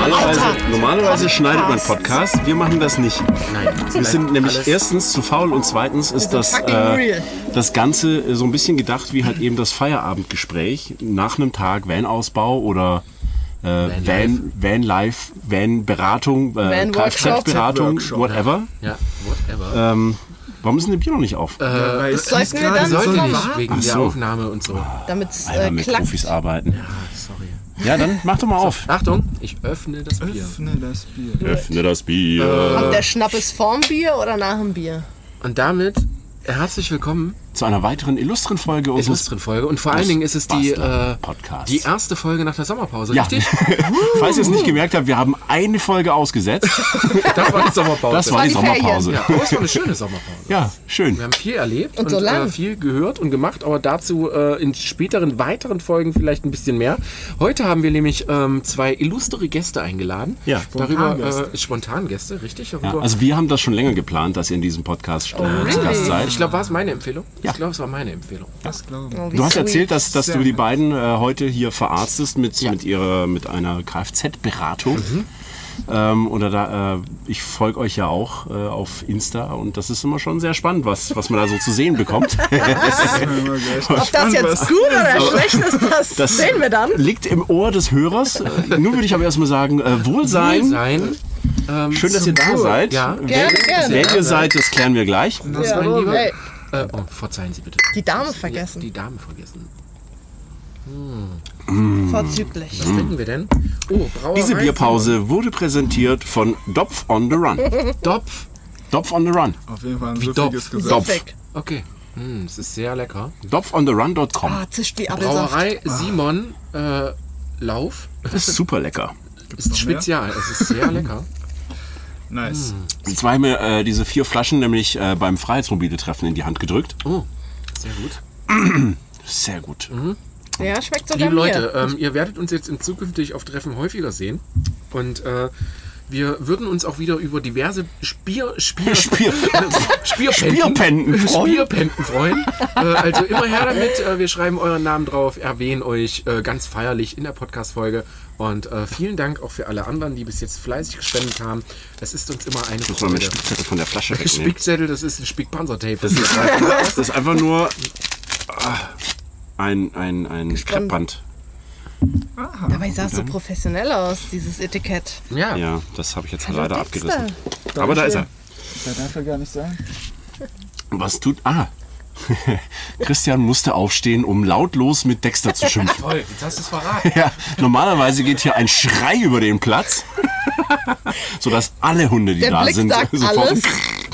Normalerweise schneidet man Podcast, wir machen das nicht. Nein. Wir sind nämlich erstens zu faul und zweitens ist das Ganze so ein bisschen gedacht wie halt eben das Feierabendgespräch nach einem Tag Van-Ausbau oder Van-Life, Van-Beratung, Kfz-Beratung, whatever. Ja, whatever. Warum ist denn das Bier noch nicht auf? Das sollten wir dann Sollte machen. nicht, wegen der Aufnahme und so. Damit es Alter, mit klappt. Profis arbeiten. Ja, sorry. Ja, dann mach doch mal auf. Achtung, ich öffne das Bier. Öffne das Bier. Kommt der Schnappes vorm Bier oder nach dem Bier? Und damit herzlich willkommen Zu einer weiteren illustren Folge unseres illustren Folge. Und vor allen Dingen ist es die Podcasts. erste Folge nach der Sommerpause, Ja. richtig? Falls ihr es nicht gemerkt habt, wir haben eine Folge ausgesetzt. Das war die Sommerpause. Das war die Sommerpause. Ja, aber es war eine schöne Sommerpause. Ja, schön. Wir haben viel erlebt Und so lang. viel gehört und gemacht, aber dazu in späteren, weiteren Folgen vielleicht ein bisschen mehr. Heute haben wir nämlich zwei illustre Gäste eingeladen. Ja. Spontangäste, richtig? Ja, also wir haben das schon länger geplant, dass ihr in diesem Podcast zu Gast seid. Ich glaube, war es meine Empfehlung? Ja. Ich glaube, es war meine Empfehlung. Das glaube ich. Oh, wie Du hast sweet. erzählt, dass du die beiden heute hier verarztest mit einer Kfz-Beratung. Ich folge euch ja auch auf Insta und das ist immer schon sehr spannend, was man da so zu sehen bekommt. Ob das jetzt gut oder schlecht ist, das sehen wir dann. Liegt im Ohr des Hörers. Nun würde ich aber erstmal sagen, Wohlsein. Schön, dass ihr da seid. Ja, Gerne, gerne. Wer ihr seid, das klären wir gleich. Ja, mein Lieber. hey, Verzeihen Sie bitte. die Dame vergessen. Die Dame vergessen. Vorzüglich. Was trinken wir denn? Oh, Brauerei. Diese Bierpause wurde präsentiert von Dopf on the Run. Dopf. Dopf on the Run. Auf jeden Fall ein Wie süffiges Gesicht. Dopf. Weg. Okay. Es ist sehr lecker. Dopfontherun.com. Ah, zischt wie Apfelsaft. Brauerei Simon Lauf. Das ist super lecker. Ist noch mehr? spezial. Es ist sehr lecker. Nice. Und zwar haben wir diese 4 Flaschen nämlich beim Freiheitsmobile-Treffen in die Hand gedrückt. Oh, sehr gut. Sehr gut. Ja, schmeckt sogar Liebe mir. Leute, ihr werdet uns jetzt in zukünftig auf Treffen häufiger sehen. Und wir würden uns auch wieder über diverse Spierpenden freuen. Also immer her damit. Wir schreiben euren Namen drauf, erwähnen euch ganz feierlich in der Podcast-Folge. Und vielen Dank auch für alle anderen, die bis jetzt fleißig gespendet haben. Es ist uns immer eine Muss man mit Freude. Spickzettel von der Flasche wegnehmen. Spickzettel, das ist ein Spickpanzertape. Das ist einfach nur ein Kreppband. Dabei sah es so professionell aus, dieses Etikett. Ja. Ja, das habe ich jetzt Hallo, leider Dexter. abgerissen. Aber da ist er. Das darf er gar nicht sein. Was tut... Christian musste aufstehen, um lautlos mit Dexter zu schimpfen. Toll, jetzt hast du es verraten. Ja, normalerweise geht hier ein Schrei über den Platz, sodass alle Hunde, die Der da Blick sind, sagt sofort... alles.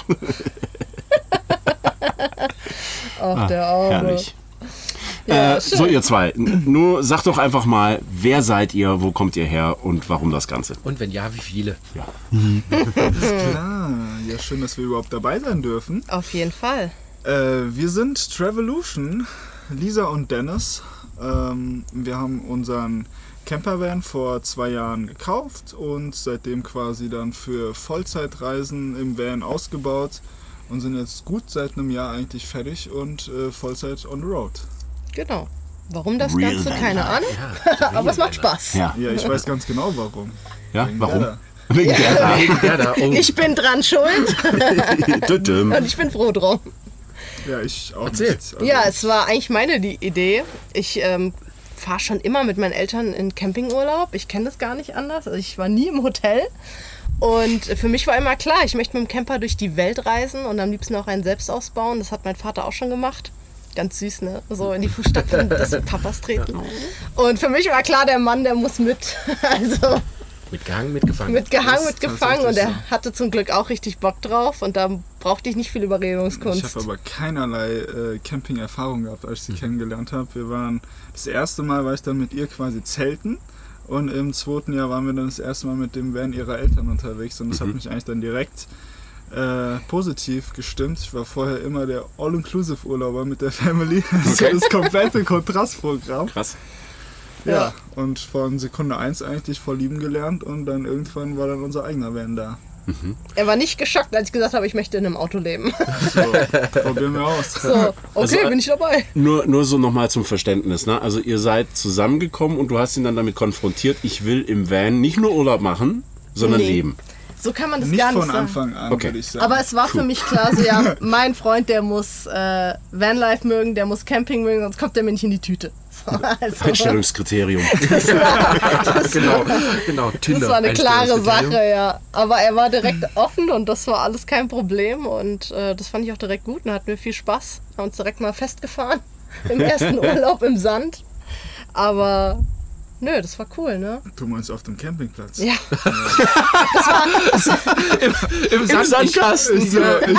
Ach, der Arme. Herrlich. Ja, So, ihr zwei, nur sagt doch einfach mal, wer seid ihr, wo kommt ihr her und warum das Ganze? Und wenn ja, wie viele? Klar. Ja, schön, dass wir überhaupt dabei sein dürfen. Auf jeden Fall. Wir sind Travolution, Lisa und Dennis. Wir haben unseren Campervan vor 2 Jahren gekauft und seitdem quasi dann für Vollzeitreisen im Van ausgebaut und sind jetzt gut seit einem Jahr eigentlich fertig und Vollzeit on the road. Genau. Warum das Real Ganze? Van Keine Life. Ahnung. Aber es macht Spaß. Ja, Ja, ich weiß ganz genau warum. ja Wegen warum? Gerda. Wegen der Wegen der da. Oh. Ich bin dran schuld und ich bin froh drum. Ja, ich auch Erzähl. nicht. Also, Ja, es war eigentlich meine Idee. Ich fahre schon immer mit meinen Eltern in Campingurlaub. Ich kenne das gar nicht anders. Also ich war nie im Hotel. Und für mich war immer klar, ich möchte mit dem Camper durch die Welt reisen und am liebsten auch einen selbst ausbauen. Das hat mein Vater auch schon gemacht. Ganz süß, ne? So in die Fußstapfen des Papas treten. Und für mich war klar, der Mann, der muss mit. Also Mitgehangen, mitgefangen. mitgehangen, Das ist mitgefangen. Und tatsächlich er hatte zum Glück auch richtig Bock drauf. Und da brauchte ich nicht viel Überredungskunst. Ich habe aber keinerlei Camping-Erfahrung gehabt, als ich sie kennengelernt habe. Das erste Mal war ich dann mit ihr quasi zelten und im 2. Jahr waren wir dann das erste Mal mit dem Van ihrer Eltern unterwegs und das hat mich eigentlich dann direkt positiv gestimmt. Ich war vorher immer der All-Inclusive-Urlauber mit der Family. Das Okay. ist das komplette Kontrastprogramm. Krass. Ja, und von Sekunde 1 eigentlich voll lieben gelernt und dann irgendwann war dann unser eigener Van da. Er war nicht geschockt, als ich gesagt habe, ich möchte in einem Auto leben. So, probieren wir aus. So, okay, bin ich dabei. Nur so nochmal zum Verständnis. Ne? Also ihr seid zusammengekommen und du hast ihn dann damit konfrontiert, ich will im Van nicht nur Urlaub machen, sondern leben. So kann man das Nicht gar nicht von sagen. Anfang an, würde ich sagen. Aber es war für mich klar, so ja, mein Freund, der muss Vanlife mögen, der muss Camping mögen, sonst kommt der mir nicht in die Tüte. So, also, Einstellungskriterium. Genau, Tinder. das war eine klare Sache, ja. Aber er war direkt offen und das war alles kein Problem und das fand ich auch direkt gut und hatten wir viel Spaß. Haben uns direkt mal festgefahren im ersten Urlaub im Sand. Aber nö, das war cool, ne? Du meinst auf dem Campingplatz? Ja. Im Sandkasten. Ich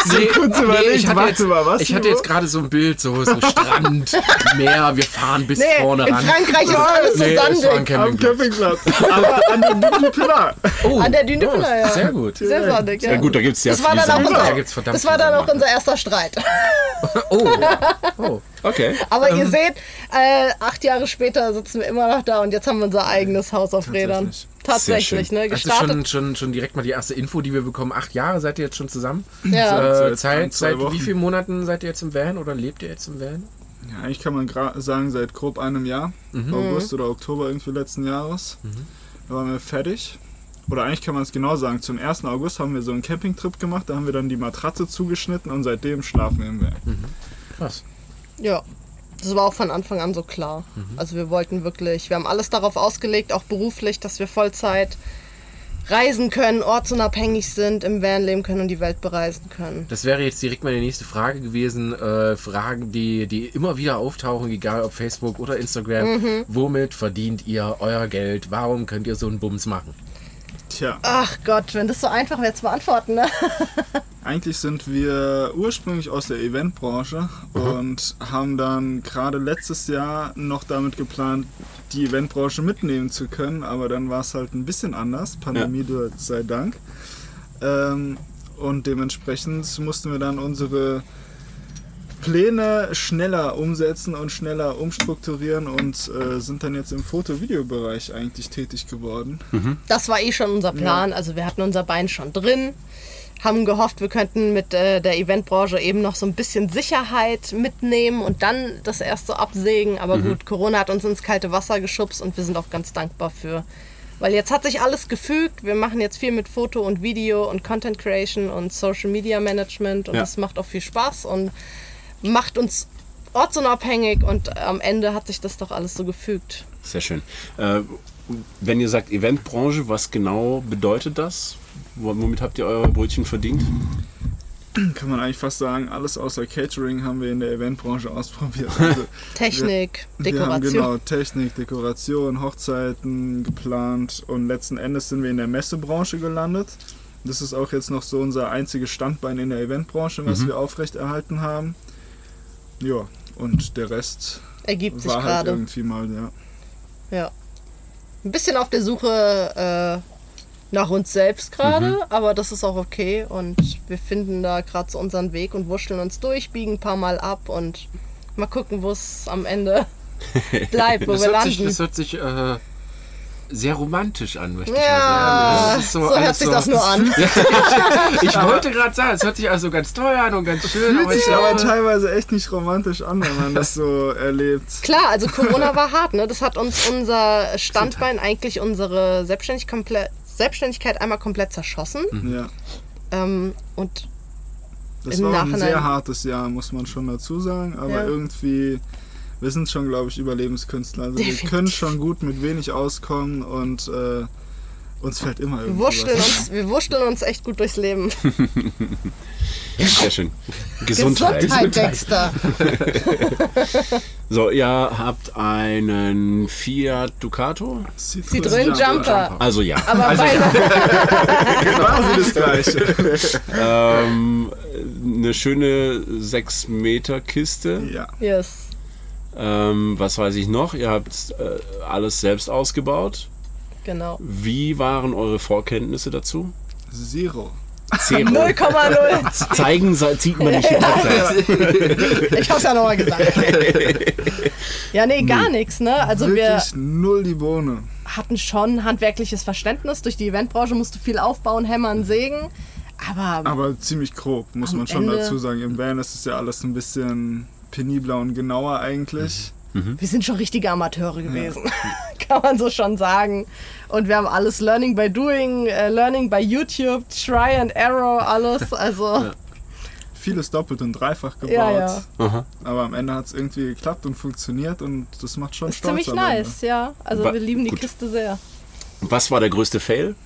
hatte jetzt gerade so ein Bild, so Strand, Meer, wir fahren bis Nee, vorne in ran. Frankreich ist alles so es war ein sandig. Am Campingplatz. Campingplatz. Aber an der Dune Pilar. Oh, An der Dune Pilar, ja. Sehr gut. Sehr sandig, ja. Ja gut, da gibt es ja Das war dann auch Da gibt's unser, verdammt das war dann viel auch unser erster Streit. Oh. Okay. Aber ihr seht, 8 Jahre später sitzen wir immer noch da und jetzt haben wir unser eigenes Haus auf Rädern. Tatsächlich, ne? Das ist Gestartet. schon direkt mal die erste Info, die wir bekommen. 8 Jahre seid ihr jetzt schon zusammen? Ja. Seit zwei Wochen. wie vielen Monaten seid ihr jetzt im Van oder lebt ihr jetzt im Van? Ja, eigentlich kann man sagen, seit grob einem Jahr. August oder Oktober irgendwie letzten Jahres. Da waren wir fertig. Oder eigentlich kann man es genau sagen, zum 1. August haben wir so einen Campingtrip gemacht, da haben wir dann die Matratze zugeschnitten und seitdem schlafen wir im Van. Krass. Ja. Das war auch von Anfang an so klar. Also wir wollten wirklich, wir haben alles darauf ausgelegt, auch beruflich, dass wir Vollzeit reisen können, ortsunabhängig sind, im Van leben können und die Welt bereisen können. Das wäre jetzt direkt meine nächste Frage gewesen. Fragen, die immer wieder auftauchen, egal ob Facebook oder Instagram. Womit verdient ihr euer Geld? Warum könnt ihr so einen Bums machen? Tja, Ach Gott, wenn das so einfach wäre zu beantworten, ne? eigentlich sind wir ursprünglich aus der Eventbranche und haben dann gerade letztes Jahr noch damit geplant, die Eventbranche mitnehmen zu können, aber dann war es halt ein bisschen anders, Pandemie sei Dank. Und dementsprechend mussten wir dann unsere Pläne schneller umsetzen und schneller umstrukturieren und sind dann jetzt im Foto-Video-Bereich eigentlich tätig geworden. Das war schon unser Plan. Also wir hatten unser Bein schon drin, haben gehofft, wir könnten mit der Eventbranche eben noch so ein bisschen Sicherheit mitnehmen und dann das erst so absägen. Aber gut, Corona hat uns ins kalte Wasser geschubst und wir sind auch ganz dankbar für. Weil jetzt hat sich alles gefügt. Wir machen jetzt viel mit Foto und Video und Content Creation und Social Media Management und das macht auch viel Spaß und macht uns ortsunabhängig und am Ende hat sich das doch alles so gefügt. Sehr schön. Wenn ihr sagt Eventbranche, was genau bedeutet das? Womit habt ihr eure Brötchen verdient? Kann man eigentlich fast sagen, alles außer Catering haben wir in der Eventbranche ausprobiert. Also Technik, wir Dekoration. haben genau Technik, Dekoration, Hochzeiten geplant und letzten Endes sind wir in der Messebranche gelandet. Das ist auch jetzt noch so unser einziges Standbein in der Eventbranche, was wir aufrechterhalten haben. Ja, und der Rest Ergibt sich war halt gerade. irgendwie mal, Ja. Ein bisschen auf der Suche nach uns selbst gerade, aber das ist auch okay und wir finden da gerade so unseren Weg und wurschteln uns durch, biegen ein paar Mal ab und mal gucken, wo es am Ende bleibt, wo wir landen. Das hört sich sehr romantisch an, möchte ich mal Ja, sagen. Das ist so alles hört sich das nur an. Ich wollte gerade sagen, es hört sich also ganz toll an und ganz schön. fühlt ich sich aber glaube, teilweise echt nicht romantisch an, wenn man das so erlebt. Klar, also Corona war hart, ne? Das hat uns unser Standbein, eigentlich unsere Selbstständigkeit einmal komplett zerschossen. Ja. Und Das Im war auch ein Nachhinein. sehr hartes Jahr, muss man schon dazu sagen, aber Ja. irgendwie, wir sind schon, glaube ich, Überlebenskünstler. Also Definitiv. wir können schon gut mit wenig auskommen und uns fällt immer irgendwie was. wir wurschteln uns echt gut durchs Leben. Sehr schön. Gesundheit. Gesundheit, Dexter. So, ihr habt einen Fiat Ducato? Citroën Jumper. Also ja. Aber beide. Quasi das Gleiche. Eine schöne 6 Meter Kiste. Ja. Yes. Was weiß ich noch? Ihr habt alles selbst ausgebaut. Genau. Wie waren eure Vorkenntnisse dazu? Zero. 0,0. Zeigen zieht man nicht runter. Ich hab's ja nochmal gesagt. Ja, nee, gar nichts, ne? Also wir Wirklich null die Bohne. hatten schon handwerkliches Verständnis. Durch die Eventbranche musst du viel aufbauen, hämmern, sägen. Aber ziemlich grob, muss man schon dazu sagen. Im Van ist es ja alles ein bisschen penibler und genauer eigentlich. Wir sind schon richtige Amateure gewesen, kann man so schon sagen. Und wir haben alles Learning by Doing, Learning by YouTube, Try and Error, alles. Also vieles doppelt und dreifach gebaut. Ja. Aber am Ende hat es irgendwie geklappt und funktioniert und das macht schon ist Stolz. Ziemlich nice, ja. Also wir lieben die Kiste sehr. Was war der größte Fail?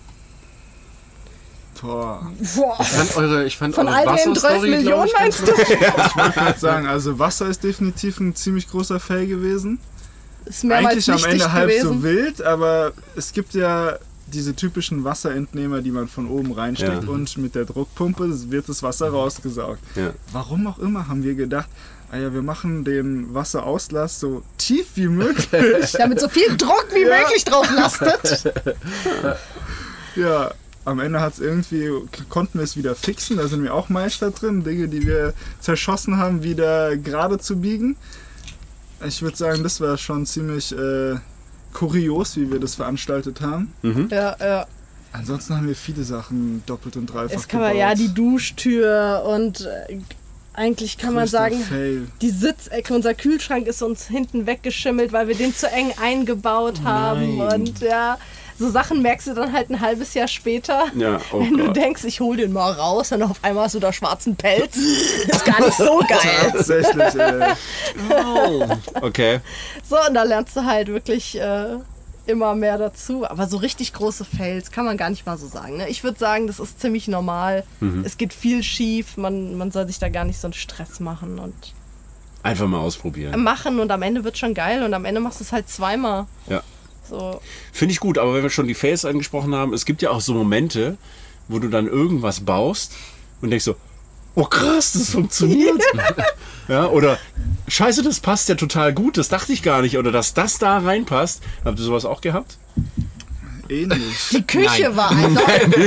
Boah. Ich fand von eure all den 12 Wasserstory, Millionen meinst du? Ich wollte gerade sagen, also Wasser ist definitiv ein ziemlich großer Fail gewesen. Ist mehrmals Eigentlich am Ende wichtig halb gewesen. so wild, aber es gibt ja diese typischen Wasserentnehmer, die man von oben reinsteckt und mit der Druckpumpe wird das Wasser rausgesaugt. Ja. Warum auch immer haben wir gedacht, wir machen den Wasserauslass so tief wie möglich. Damit so viel Druck wie möglich drauf lastet. Ja, am Ende konnten wir es wieder fixen, da sind wir auch Meister drin, Dinge, die wir zerschossen haben, wieder gerade zu biegen. Ich würde sagen, das war schon ziemlich kurios, wie wir das veranstaltet haben. Ja. Ansonsten haben wir viele Sachen doppelt und dreifach Es kann man die Duschtür und eigentlich kann man sagen, Fail. die Sitzecke, unser Kühlschrank ist uns hinten weggeschimmelt, weil wir den zu eng eingebaut haben. Nein. Und so Sachen merkst du dann halt ein halbes Jahr später, Ja, wenn du denkst, ich hol den mal raus und auf einmal hast du da schwarzen Pelz. Ist gar nicht so geil. Tatsächlich, Okay. So, und da lernst du halt wirklich immer mehr dazu. Aber so richtig große Fails kann man gar nicht mal so sagen. Ne? Ich würde sagen, das ist ziemlich normal. Es geht viel schief. Man soll sich da gar nicht so einen Stress machen. Und Einfach mal ausprobieren. machen und am Ende wird schon geil. Und am Ende machst du es halt zweimal. Ja. So. Finde ich gut, aber wenn wir schon die Fails angesprochen haben, es gibt ja auch so Momente, wo du dann irgendwas baust und denkst so, oh krass, das funktioniert. Ja, oder scheiße, das passt ja total gut, das dachte ich gar nicht. Oder dass das da reinpasst. Habt ihr sowas auch gehabt? ähnlich. Die Küche war einfach,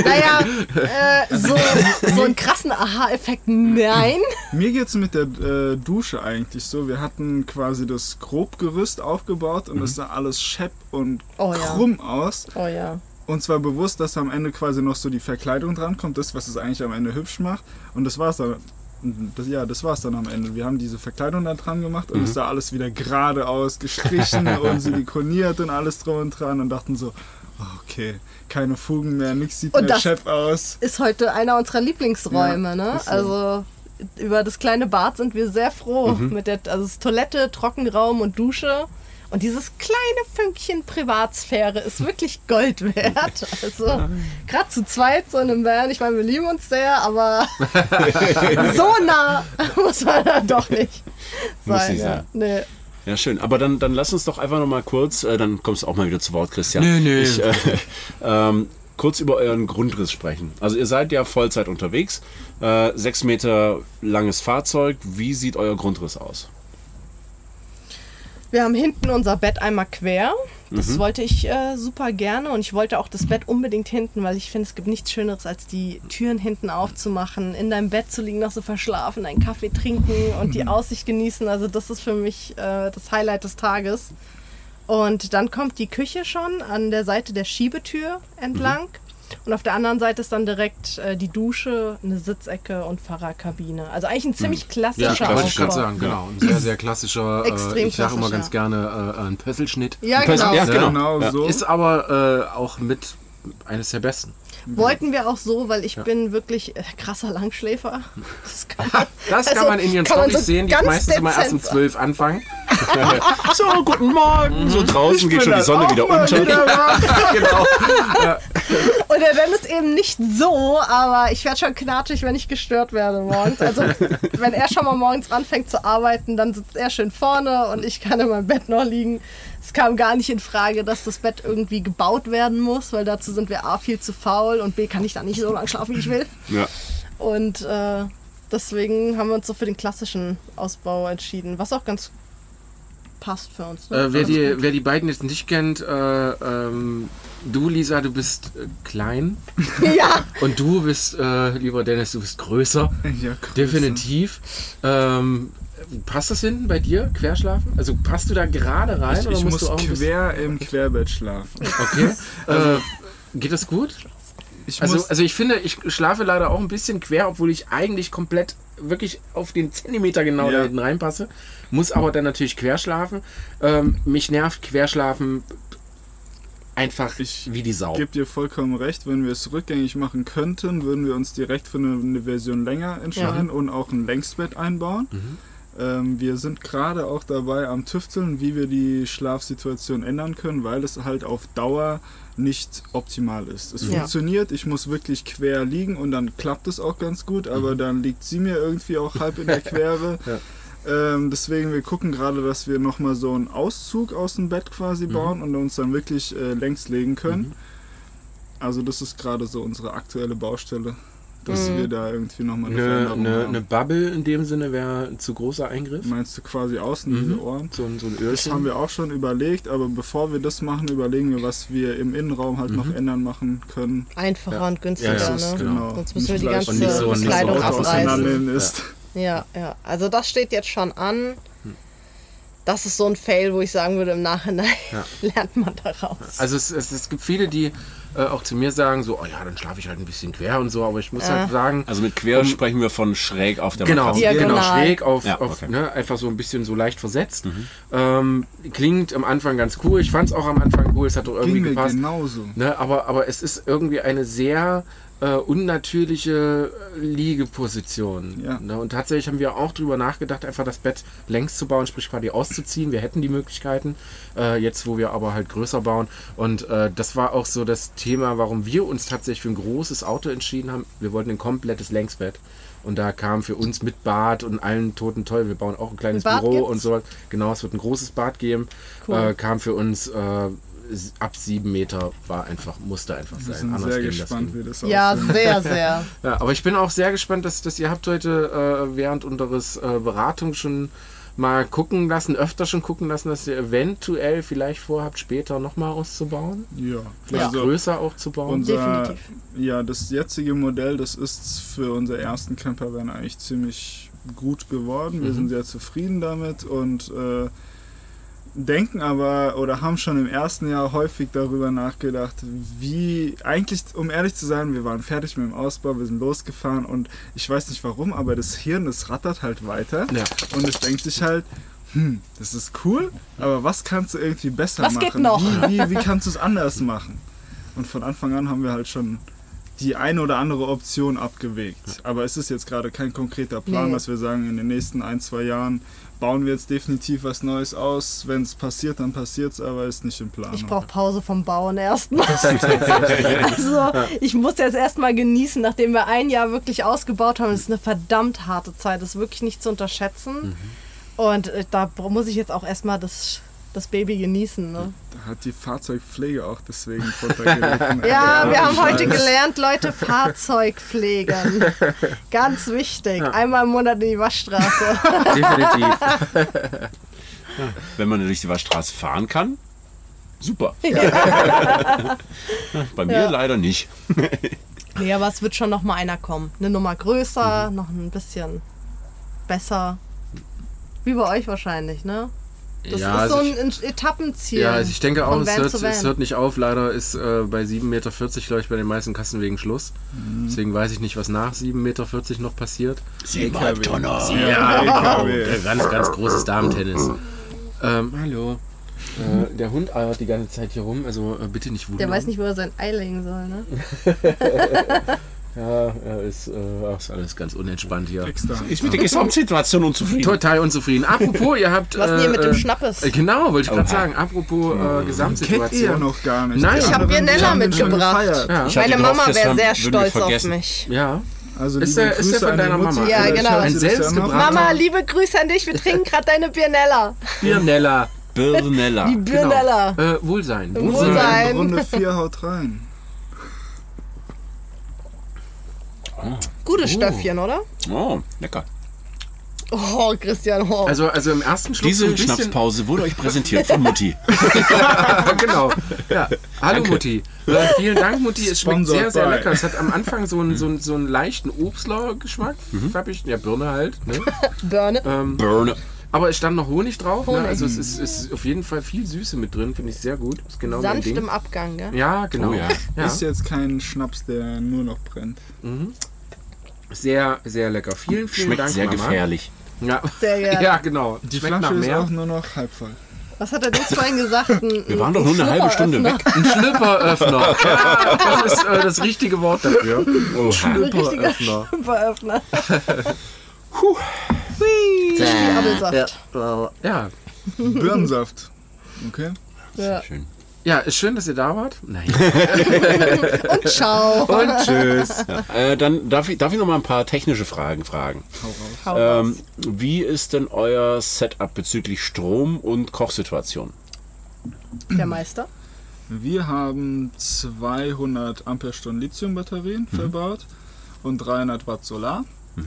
so einen krassen Aha-Effekt, nein. Mir geht's mit der Dusche eigentlich so. Wir hatten quasi das Grobgerüst aufgebaut und es sah alles schepp und krumm aus. Oh ja. Und zwar bewusst, dass am Ende quasi noch so die Verkleidung drankommt, das, was es eigentlich am Ende hübsch macht. Und das war's dann. Das war's dann am Ende. Wir haben diese Verkleidung da dran gemacht und es sah alles wieder geradeaus gestrichen und silikoniert und alles drum und dran und dachten so, okay, keine Fugen mehr, nichts sieht mehr schepp aus. Ist heute einer unserer Lieblingsräume, Ja, ne? so. Also über das kleine Bad sind wir sehr froh. Also es ist Toilette, Trockenraum und Dusche. Und dieses kleine Fünkchen Privatsphäre ist wirklich Gold wert. Also gerade zu zweit so in einem Van, ich meine, wir lieben uns sehr, aber so nah muss man dann doch nicht Muss sein. nicht sein. Nee. Ja, schön. Aber dann lass uns doch einfach noch mal kurz, dann kommst du auch mal wieder zu Wort, Christian. Nö. Kurz über euren Grundriss sprechen. Also ihr seid ja Vollzeit unterwegs, 6 Meter langes Fahrzeug. Wie sieht euer Grundriss aus? Wir haben hinten unser Bett einmal quer. Das wollte ich super gerne und ich wollte auch das Bett unbedingt hinten, weil ich finde, es gibt nichts Schöneres, als die Türen hinten aufzumachen, in deinem Bett zu liegen, noch so verschlafen, einen Kaffee trinken und die Aussicht genießen. Also das ist für mich das Highlight des Tages. Und dann kommt die Küche schon an der Seite der Schiebetür entlang. Und auf der anderen Seite ist dann direkt die Dusche, eine Sitzecke und Fahrerkabine. Also eigentlich ein ziemlich klassischer wollte ich gerade Aufbau. sagen, genau. Ein sehr, sehr klassischer, Extrem ich sage immer klassisch, ganz gerne, ein Pösselschnitt. Ja, genau. Ja, Genau Ja. so. Ist aber auch mit eines der besten. Wollten wir auch so, weil ich bin wirklich krasser Langschläfer. Das kann Das kann man in ihren kann man Storys so sehen, die ganz meistens immer erst um dezent 12 anfangen. So, guten Morgen. So draußen geht schon die Sonne wieder unter. Genau. Und der Van ist eben nicht so, aber ich werde schon knatschig, wenn ich gestört werde morgens. Also wenn er schon mal morgens anfängt zu arbeiten, dann sitzt er schön vorne und ich kann in meinem Bett noch liegen. Es kam gar nicht in Frage, dass das Bett irgendwie gebaut werden muss, weil dazu sind wir A, viel zu faul und B, kann ich da nicht so lange schlafen, wie ich will. Ja. Und deswegen haben wir uns so für den klassischen Ausbau entschieden, was auch ganz passt für uns. Ne? Wer die beiden jetzt nicht kennt, du, Lisa, du bist klein. Ja, Und du bist, lieber Dennis, du bist größer. Ja, größer. Definitiv. passt das hinten bei dir, querschlafen? Also passt du da gerade rein? Ich oder musst muss du auch ein bisschen- quer im Querbett schlafen. Okay. Geht das gut? Also ich finde, ich schlafe leider auch ein bisschen quer, obwohl ich eigentlich komplett wirklich auf den Zentimeter genau da hinten reinpasse. Muss aber dann natürlich quer schlafen. Mich nervt Querschlafen einfach wie die Sau. Ich gebe dir vollkommen recht, wenn wir es rückgängig machen könnten, würden wir uns direkt für eine Version länger entscheiden und auch ein Längsbett einbauen. Wir sind gerade auch dabei am Tüfteln, wie wir die Schlafsituation ändern können, weil es halt auf Dauer nicht optimal ist. Es funktioniert, ich muss wirklich quer liegen und dann klappt es auch ganz gut, aber dann liegt sie mir irgendwie auch halb in der Quere. Deswegen, wir gucken gerade, dass wir nochmal so einen Auszug aus dem Bett quasi bauen und uns dann wirklich längs legen können. Also das ist gerade so unsere aktuelle Baustelle, dass wir da irgendwie nochmal eine Veränderung haben. Eine Bubble in dem Sinne wäre ein zu großer Eingriff? Meinst du quasi außen diese Ohren? So ein Das Öhrchen? haben wir auch schon überlegt, aber bevor wir das machen, überlegen wir, was wir im Innenraum halt noch ändern machen können. Einfacher und günstiger, Ja, ne? genau. Sonst müssen wir die Nicht ganze gleich und nicht so Kleidung Auto abreißen. auseinandernehmen ist. Ja. Also das steht jetzt schon an. Das ist so ein Fail, wo ich sagen würde, im Nachhinein lernt man daraus. Also es gibt viele, die auch zu mir sagen, so, oh ja, dann schlafe ich halt ein bisschen quer und so, aber ich muss halt sagen... Also mit quer sprechen wir von schräg auf der Genau, Matratze. Diagonal. schräg auf, Ja, auf okay. ne, einfach so ein bisschen so leicht versetzt. Klingt am Anfang ganz cool. Ich fand es auch am Anfang cool, es hat doch irgendwie Ging mir gepasst. genauso. Ne, aber es ist irgendwie eine sehr unnatürliche Liegeposition. Ja. Ne? Und tatsächlich haben wir auch drüber nachgedacht, einfach das Bett längs zu bauen, sprich quasi auszuziehen. Wir hätten die Möglichkeiten, jetzt wo wir aber halt größer bauen. Und das war auch so das Thema, warum wir uns tatsächlich für ein großes Auto entschieden haben. Wir wollten ein komplettes Längsbett. Und da kam für uns mit Bad und allen Toten toll. Wir bauen auch ein kleines Bad Büro gibt's? und so. Genau, es wird ein großes Bad geben. Cool. Kam für uns ab 7 Meter musste einfach Wir sein. sind Anders sehr ging das gespannt, nicht. wie das Ja, aussieht. sehr, sehr. Ja, aber ich bin auch sehr gespannt, dass ihr habt heute während unseres Beratung schon mal öfter schon gucken lassen, dass ihr eventuell vielleicht vorhabt, später nochmal auszubauen. Ja, Vielleicht also größer auch zu bauen. Definitiv. das jetzige Modell, das ist für unser ersten Campervan eigentlich ziemlich gut geworden. Wir sind sehr zufrieden damit und denken aber oder haben schon im ersten Jahr häufig darüber nachgedacht, wie eigentlich, um ehrlich zu sein, wir waren fertig mit dem Ausbau, wir sind losgefahren und ich weiß nicht warum, aber das Hirn, das rattert halt weiter Ja. und es denkt sich halt, das ist cool, aber was kannst du irgendwie besser Was machen? geht noch? Wie kannst du es anders machen? Und von Anfang an haben wir halt schon die eine oder andere Option abgewegt. Aber es ist jetzt gerade kein konkreter Plan, Nee. dass wir sagen, in den nächsten 1-2 Jahren bauen wir jetzt definitiv was Neues aus. Wenn es passiert, dann passiert es, aber ist nicht im Plan. Ich brauche Pause vom Bauen erstmal. Also ich muss jetzt erstmal genießen, nachdem wir ein Jahr wirklich ausgebaut haben. Das ist eine verdammt harte Zeit, das ist wirklich nicht zu unterschätzen. Und da muss ich jetzt auch erstmal das Baby genießen. Ne? Da hat die Fahrzeugpflege auch deswegen drunter gelitten. Ja, wir haben heute gelernt, Leute, Fahrzeug pflegen. Ganz wichtig. Einmal im Monat in die Waschstraße. Definitiv. Wenn man durch die Waschstraße fahren kann, super. Bei mir Ja. leider nicht. Nee, aber es wird schon noch mal einer kommen. Eine Nummer größer, noch ein bisschen besser. Wie bei euch wahrscheinlich, ne? Das Ja, ist so also ein Etappenziel. Ja, also ich denke auch, von Van zu Van. es hört nicht auf. Leider ist bei 7,40 Meter, glaube ich, bei den meisten Kassenwegen Schluss. Deswegen weiß ich nicht, was nach 7,40 Meter noch passiert. 7,5 Tonner. Ja, ganz, ganz großes Damentennis. Hallo. Der Hund eiert die ganze Zeit hier rum, also bitte nicht wundern. Der weiß nicht, wo er sein Ei legen soll, ne? Ja, er ist alles ganz unentspannt hier. Extra. Ist mit der Gesamtsituation unzufrieden. Total unzufrieden. Apropos, ihr habt... Was denn hier mit dem Schnappes? Genau, wollte ich gerade Oha. sagen. Apropos Kennt ihr Gesamtsituation. ja noch gar nicht. Nein. Die Ich hab anderen, Birnella die haben den schon mitgebracht. gefeiert. Ja. Ich hatte Meine gehofft, Mama das wäre haben- sehr würden wir stolz auf vergessen. mich. Ja. Also Ist liebe der Grüße von an deiner die Mutti. Mama? Ja, Vielleicht genau. hört Ein sie das ja noch. selbstgebrannter- Mama, liebe Grüße an dich. Wir trinken gerade deine Birnella. Birnella. Birnella. Die Birnella. Wohlsein. Wohlsein. Runde 4 haut rein. Gutes Stöffchen, oder? Oh, lecker. Oh, Christian, oh. Also im ersten Schluck so Diese ein bisschen... Schnapspause wurde euch präsentiert von Mutti. Genau. Ja. Hallo Mutti. Vielen Dank Mutti. Es schmeckt Sponsored sehr, sehr by. lecker. Es hat am Anfang so einen leichten Obstler-Geschmack. Hab ich, ja, Birne halt. Ne? Birne. Birne. Aber es stand noch Honig drauf. Ne? Honig. Also es ist auf jeden Fall viel Süße mit drin, finde ich sehr gut. Ist genau mein Sanft Ding. im Abgang, gell? Ja, genau. Oh ja. Ja. Ist jetzt kein Schnaps, der nur noch brennt. Sehr, sehr lecker. Vielen Schmeckt Dank, sehr Mama. gefährlich. Ja. Sehr gerne. Ja, genau. Die Schmeckt nach Flasche ist mehr. auch nur noch halb voll. Was hat der Dings vorhin gesagt? Wir waren doch nur eine halbe Stunde weg. Ein Schlüpperöffner. Ja, das ist das richtige Wort dafür. Oh, Richtiger Schlüpperöffner. Schlüpperöffner. Apfelsaft. Ja. Birnensaft. Okay. Ja. schön. Ja, ist schön, dass ihr da wart. Nein. Und ciao. Und tschüss. Dann darf ich noch mal ein paar technische Fragen fragen. Hau raus. Wie ist denn euer Setup bezüglich Strom und Kochsituation? Der Meister. Wir haben 200 Ampere-Stunden Lithium-Batterien verbaut und 300 Watt Solar.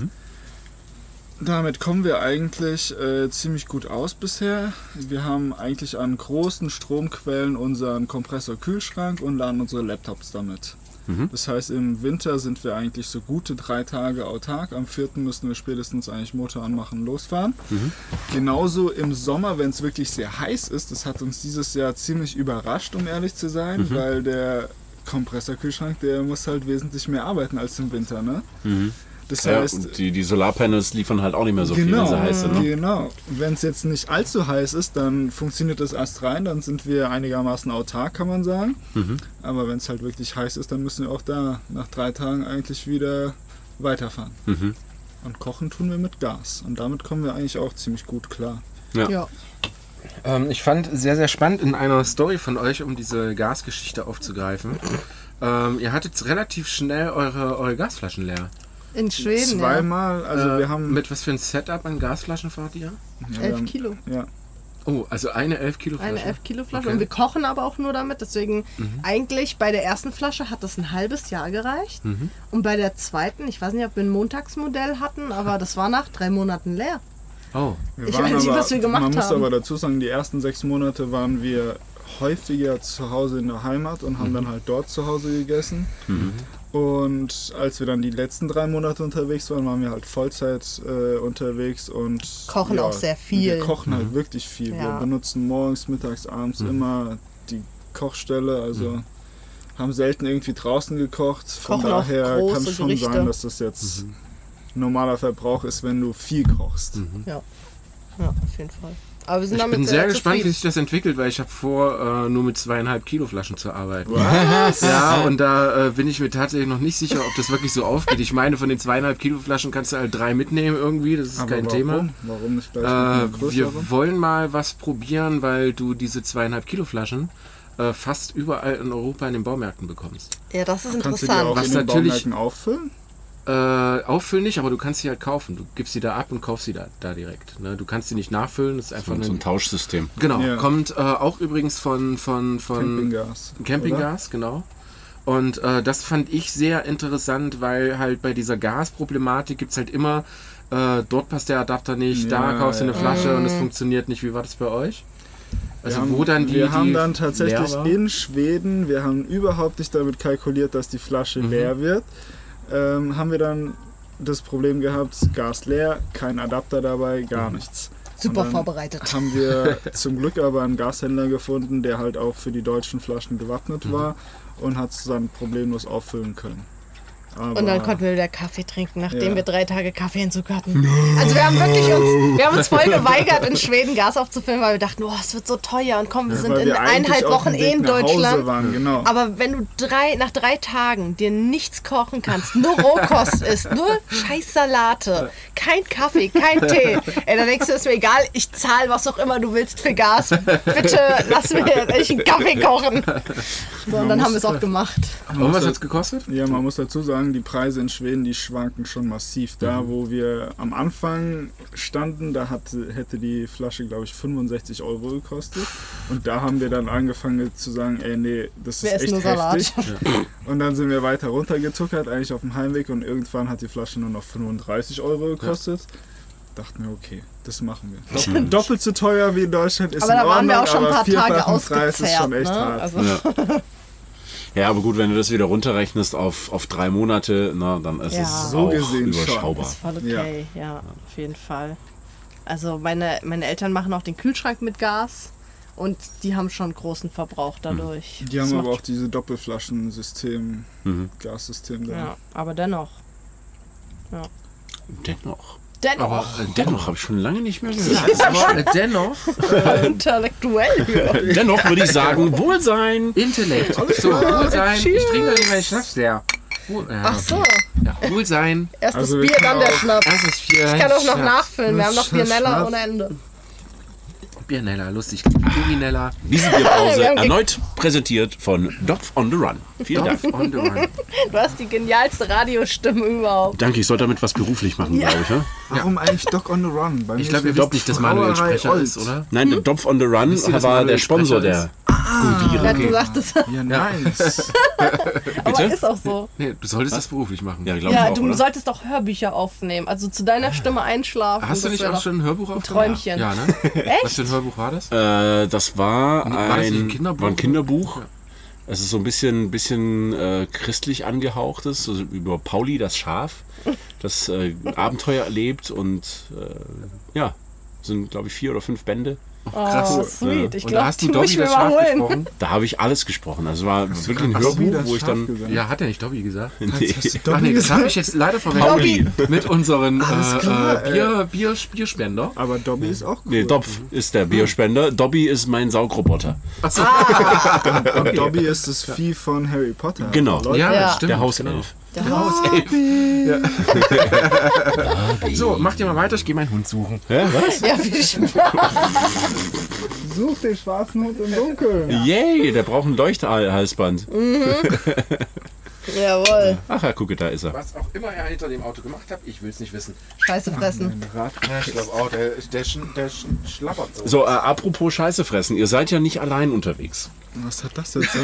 Damit kommen wir eigentlich ziemlich gut aus bisher. Wir haben eigentlich an großen Stromquellen unseren Kompressor-Kühlschrank und laden unsere Laptops damit. Das heißt, im Winter sind wir eigentlich so gute 3 Tage autark. Am 4. müssen wir spätestens eigentlich Motor anmachen, losfahren. Genauso im Sommer, wenn es wirklich sehr heiß ist. Das hat uns dieses Jahr ziemlich überrascht, um ehrlich zu sein, weil der Kompressorkühlschrank, der muss halt wesentlich mehr arbeiten als im Winter. Ne? Das Ja, heißt, und die Solarpanels liefern halt auch nicht mehr so viel, wenn sie heiß sind. Ne? Genau. Wenn es jetzt nicht allzu heiß ist, dann funktioniert das erst rein, dann sind wir einigermaßen autark, kann man sagen. Aber wenn es halt wirklich heiß ist, dann müssen wir auch da nach 3 Tagen eigentlich wieder weiterfahren. Und kochen tun wir mit Gas. Und damit kommen wir eigentlich auch ziemlich gut klar. Ja. Ich fand sehr, sehr spannend in einer Story von euch, um diese Gasgeschichte aufzugreifen. Ihr hattet relativ schnell eure Gasflaschen leer. In Schweden, Zweimal, also wir haben... Mit was für ein Setup an Gasflaschen fahrt ihr? ja, ja. wir 11 haben- Kilo. Ja. Oh, also eine 11 Kilo Flasche. Eine 11 Kilo Flasche. Okay. Und wir kochen aber auch nur damit. Deswegen eigentlich bei der ersten Flasche hat das ein halbes Jahr gereicht. Und bei der zweiten, ich weiß nicht, ob wir ein Montagsmodell hatten, aber das war nach 3 Monaten leer. Oh, Wir Ich waren weiß nicht, aber- was wir gemacht Man muss haben. aber dazu sagen, die ersten 6 Monate waren wir häufiger zu Hause in der Heimat und haben dann halt dort zu Hause gegessen. Und als wir dann die letzten 3 Monate unterwegs waren wir halt Vollzeit unterwegs und Kochen auch sehr viel. Wir kochen halt wirklich viel. Wir Ja. benutzen morgens, mittags, abends immer die Kochstelle, also haben selten irgendwie draußen gekocht. Von Kochen auch daher kann große es schon Gerichte. sein, dass das jetzt normaler Verbrauch ist, wenn du viel kochst. Ja. Ja, auf jeden Fall. Aber wir sind ich damit bin sehr gespannt, wie zufrieden. sich das entwickelt, weil ich habe vor, nur mit 2,5 Kilo Flaschen zu arbeiten. Ja, und da bin ich mir tatsächlich noch nicht sicher, ob das wirklich so aufgeht. Ich meine, von den 2,5 Kilo Flaschen kannst du halt 3 mitnehmen irgendwie, das ist Aber kein warum? Thema. Warum nicht gleich mit einer Wir größeren? wollen mal was probieren, weil du diese 2,5 Kilo Flaschen fast überall in Europa in den Baumärkten bekommst. Ja, das ist Kannst du die interessant. auch Was in den natürlich- Baumärkten auffüllen? Auffüllen nicht, aber du kannst sie halt kaufen. Du gibst sie da ab und kaufst sie da direkt. Ne? Du kannst sie nicht nachfüllen, das ist einfach So ein Tauschsystem. Genau, Ja. kommt auch übrigens von Campinggas. Campinggas, genau. Und das fand ich sehr interessant, weil halt bei dieser Gasproblematik gibt es halt immer, dort passt der Adapter nicht, da Ja, kaufst du eine ja. Flasche und es funktioniert nicht. Wie war das bei euch? Also Wir wo dann wir haben die dann leer tatsächlich war? in Schweden, wir haben überhaupt nicht damit kalkuliert, dass die Flasche leer wird, haben wir dann das Problem gehabt, Gas leer, kein Adapter dabei, gar nichts. Super Und dann vorbereitet. Haben wir zum Glück aber einen Gashändler gefunden, der halt auch für die deutschen Flaschen gewappnet war und hat es dann problemlos auffüllen können. Aber Und dann konnten wir wieder Kaffee trinken, nachdem Ja. wir 3 Tage Kaffeeentzug hatten. Also wir haben uns voll geweigert, in Schweden Gas aufzufüllen, weil wir dachten, oh, es wird so teuer und komm, wir sind weil in wir eigentlich 1,5 auf Wochen dem Weg in nach Hause Deutschland. waren, genau. Aber wenn du nach 3 Tagen dir nichts kochen kannst, nur Rohkost isst, nur scheiß Salate, kein Kaffee, kein Tee, ey, dann denkst du, ist mir egal, ich zahle was auch immer du willst für Gas. Bitte lass mir jetzt echt einen Kaffee kochen. So, und dann haben wir es auch gemacht. Und was hat es gekostet? Ja, man muss dazu sagen, die Preise in Schweden, die schwanken schon massiv. Da, wo wir am Anfang standen, da hätte die Flasche, glaube ich, 65 € gekostet. Und da haben wir dann angefangen zu sagen, ey, nee, das Wir ist essen echt nur Salat. heftig. Und dann sind wir weiter runtergetuckert, eigentlich auf dem Heimweg. Und irgendwann hat die Flasche nur noch 35 € gekostet. Dachten wir, okay, das machen wir. Doppelt so teuer wie in Deutschland ist Aber in da waren wir auch Ordnung, schon ein paar aber Tage vierfachen Preis ist schon ausgezehrt. echt Ne? hart. Also, Ja, aber gut, wenn du das wieder runterrechnest auf 3 Monate, na, dann ist Ja. es So auch gesehen schon. überschaubar. ist voll okay, ja, auf jeden Fall. Also meine Eltern machen auch den Kühlschrank mit Gas und die haben schon großen Verbrauch dadurch. Die haben aber auch diese Doppelflaschensystem, Gassystem da. Ja, aber dennoch. Aber dennoch habe ich schon lange nicht mehr gehört. Ja, aber dennoch Intellektuell. Dennoch würde ich sagen, Wohlsein. Intellekt. So, Wohlsein. Ich trinke nicht meinen Schnaps, der. Ach so. Ja, Wohlsein. Erst das Also wir Bier, können dann der auch- Schnaps. Erstes Bier. Ich kann auch noch Schnaps. nachfüllen. Wir haben noch Biernella Schnaps. ohne Ende. Biernella, lustig. Biernella. Wiesenbierpause Wir haben erneut präsentiert von Dopf on the Run. Vielen Dank. On the run. Du hast die genialste Radiostimme überhaupt. Danke, ich sollte damit was beruflich machen, glaube ich. Ja? Warum eigentlich Doc on the Run? Bei Ich mir glaube, ist ihr das wisst nicht, dass Manuel Brauerei Sprecher Old. ist, oder? Nein, der Dopf on the Run Wisst ihr, dass war Manuel der Sponsor Sprecher der Ja, du sagtest, Ja, nice. aber ist auch so. Nee, du solltest das beruflich machen. Ja, glaube Ja, ich auch, du oder? solltest doch Hörbücher aufnehmen. Also zu deiner Stimme einschlafen. Hast du das nicht wär auch doch- schon ein Hörbuch aufgenommen? Träumchen. Ja, ne? Was für ein Hörbuch war das? Das war War das nicht ein ein Kinderbuch? War ein Kinderbuch. Ja. Es ist so ein bisschen christlich angehauchtes, also über Pauli, das Schaf, das Abenteuer erlebt und ja, sind glaube ich 4 oder 5 Bände. Oh, sweet. Ich Und da glaube, hast du die muss Dobby ich mir das mal Schaf holen. gesprochen? Da habe ich alles gesprochen. Also war wirklich ein Hast du Hörbuch, das wo ich Schaf dann... gesagt? Ja, hat er nicht Dobby gesagt? Hast du Ach Dobby nee, das gesagt? habe ich jetzt leider verwechselt mit unseren Alles klar, Bierspender. Aber Dobby ist auch cool. Nee, Dopf ist der Bierspender. Dobby ist mein Saugroboter. Achso, Und Dobby ist das Vieh von Harry Potter. Genau. Leute, ja, Ja. stimmt. Der Hauself. Der Hauself. So, mach dir mal weiter, ich gehe meinen Hund suchen. Ja, was? Ja, wie Spaß. Such den schwarzen Hund im Dunkeln. Yay, der braucht ein Leuchthalsband. Jawohl. Ach ja, gucke, da ist er. Was auch immer er hinter dem Auto gemacht hat, ich will es nicht wissen. Scheiße fressen. Ja, ich glaube auch, der schlappert so. So, apropos Scheiße fressen. Ihr seid ja nicht allein unterwegs. Was hat das jetzt?